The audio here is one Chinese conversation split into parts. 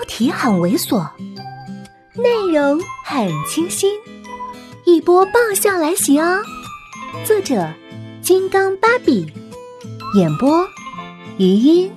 题很猥琐，内容很清新，一波爆笑来袭哦！作者金刚芭比，演播余音。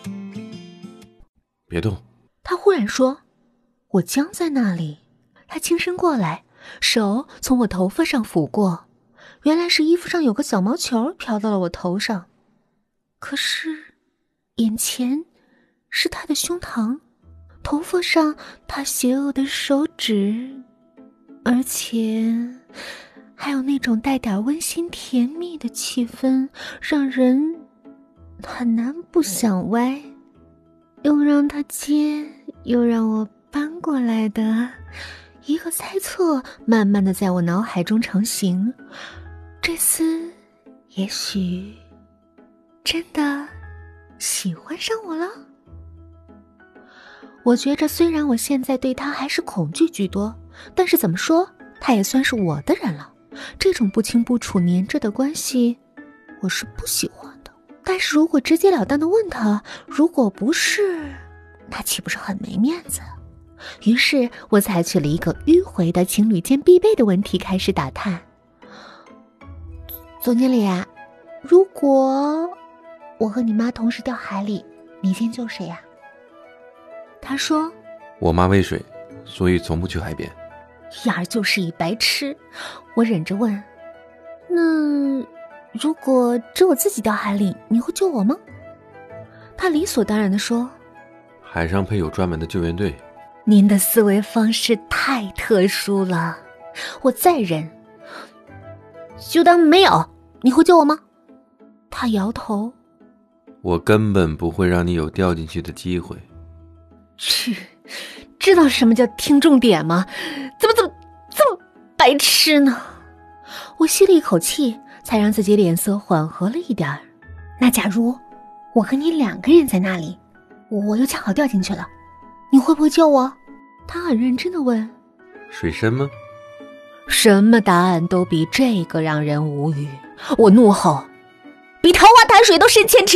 别动！ 他忽然说。我僵在那里，他轻身过来，手从我头发上抚过，原来是衣服上有个小毛球飘到了我头上。可是眼前是他的胸膛，头发上他邪恶的手指，而且还有那种带点温馨甜蜜的气氛，让人很难不想歪，又让他接，又让我搬过来的一个猜测慢慢的在我脑海中成型。这厮也许真的喜欢上我了。我觉着虽然我现在对他还是恐惧居多，但是怎么说他也算是我的人了，这种不清不楚黏着的关系我是不喜欢的。但是如果直截了当的问他，如果不是，那岂不是很没面子？于是我采取了一个迂回的情侣间必备的问题开始打探。总经理啊，如果我和你妈同时掉海里，你先救谁呀？他说我妈畏水，所以从不去海边。 眼儿就是一白痴。我忍着问，那如果只我自己掉海里，你会救我吗？他理所当然地说， 海上配有专门的救援队。 您的思维方式太特殊了。我再忍，就当没有。你会救我吗？他摇头。 我根本不会让你有掉进去的机会。 去，知道什么叫听重点吗？怎么这么白痴呢？我吸了一口气，才让自己脸色缓和了一点。那假如我和你两个人在那里，我又恰好掉进去了，你会不会救我？他很认真地问。 水深吗？ 什么答案都比这个让人无语。我怒吼，比桃花潭水都深千尺。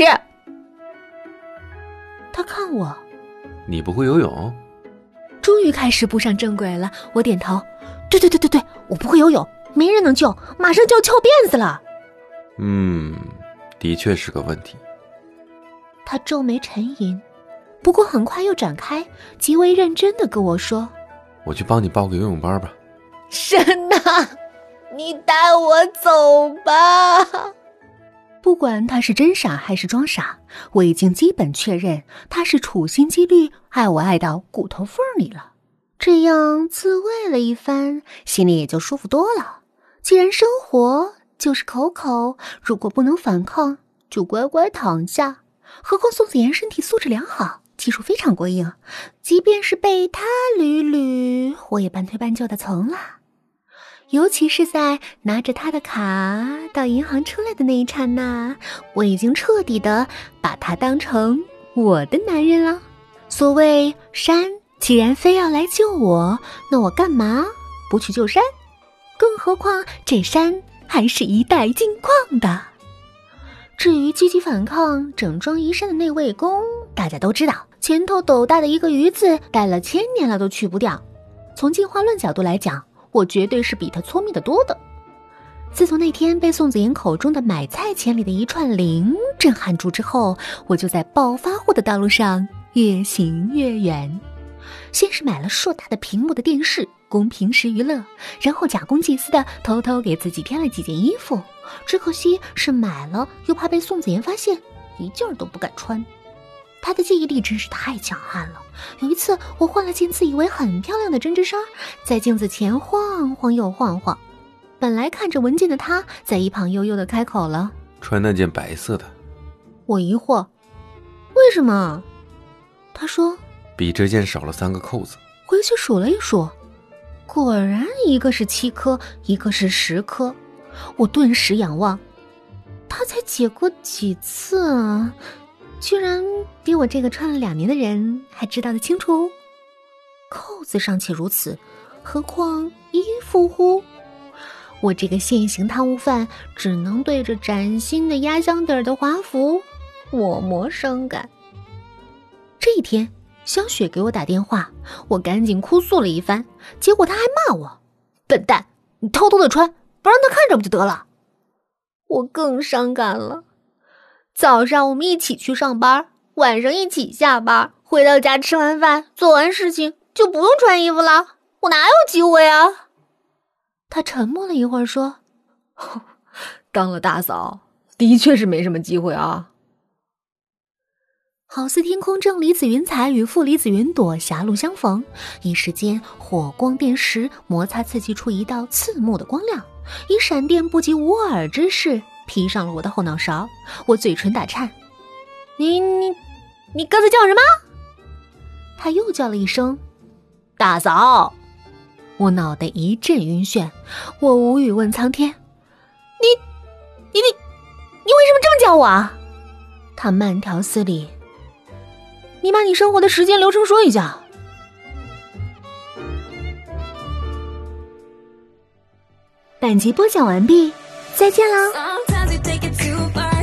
他看我， 你不会游泳？ 终于开始步上正轨了。我点头，对，我不会游泳，没人能救，马上就要翘辫子了。 的确是个问题。 他皱眉沉吟，不过很快又展开，极为认真地跟我说， 我去帮你报个游泳班吧。 神啊，你带我走吧。不管他是真傻还是装傻，我已经基本确认他是处心积虑爱我爱到骨头缝里了。这样自慰了一番，心里也就舒服多了。既然生活就是口口，如果不能反抗，就乖乖躺下。何况宋子妍身体素质良好，技术非常过硬，即便是被他捋，我也半推半就的从了。尤其是在拿着他的卡到银行出来的那一刹那，我已经彻底的把他当成我的男人了。所谓山既然非要来救我，那我干嘛不去救山？更何况这山还是一带金矿的。至于积极反抗整装移山的那位公，大家都知道，拳头斗大的一个鱼字，带了1000年了都去不掉。从进化论角度来讲，我绝对是比他聪明得多的。自从那天被宋子妍口中的买菜钱里的一串零震撼住之后，我就在暴发户的道路上越行越远。先是买了硕大的屏幕的电视供平时娱乐，然后假公济私的偷偷给自己添了几件衣服，只可惜是买了又怕被宋子妍发现，一件都不敢穿。他的记忆力真是太强悍了。有一次我换了件自以为很漂亮的针织衫，在镜子前晃晃又晃晃，本来看着文静的他在一旁悠悠地开口了， 穿那件白色的。 我疑惑，为什么？他说比这件少了3个扣子。 回去数了一数，果然一个是7颗，一个是10颗。我顿时仰望，他才解过几次啊，居然比我这个穿了2年的人还知道得清楚。扣子尚且如此，何况衣服乎？我这个现行贪污犯只能对着崭新的压箱底儿的华服默默伤感。这一天香雪给我打电话，我赶紧哭诉了一番，结果她还骂我：“笨蛋，你偷偷的穿，不让她看着不就得了？”我更伤感了。早上我们一起去上班，晚上一起下班，回到家吃完饭，做完事情就不用穿衣服了，我哪有机会啊？她沉默了一会儿说：“当了大嫂，的确是没什么机会啊。”好似天空正离子云彩与负离子云朵狭路相逢，一时间火光电石摩擦刺激出一道刺目的光亮，以闪电不及无耳之势劈上了我的后脑勺，我嘴唇打颤。你刚才叫什么？他又叫了一声大嫂。我脑袋一阵晕眩，我无语问苍天：你为什么这么叫我啊？他慢条斯理：你把你生活的时间流程说一下。本集播讲完毕，再见啦。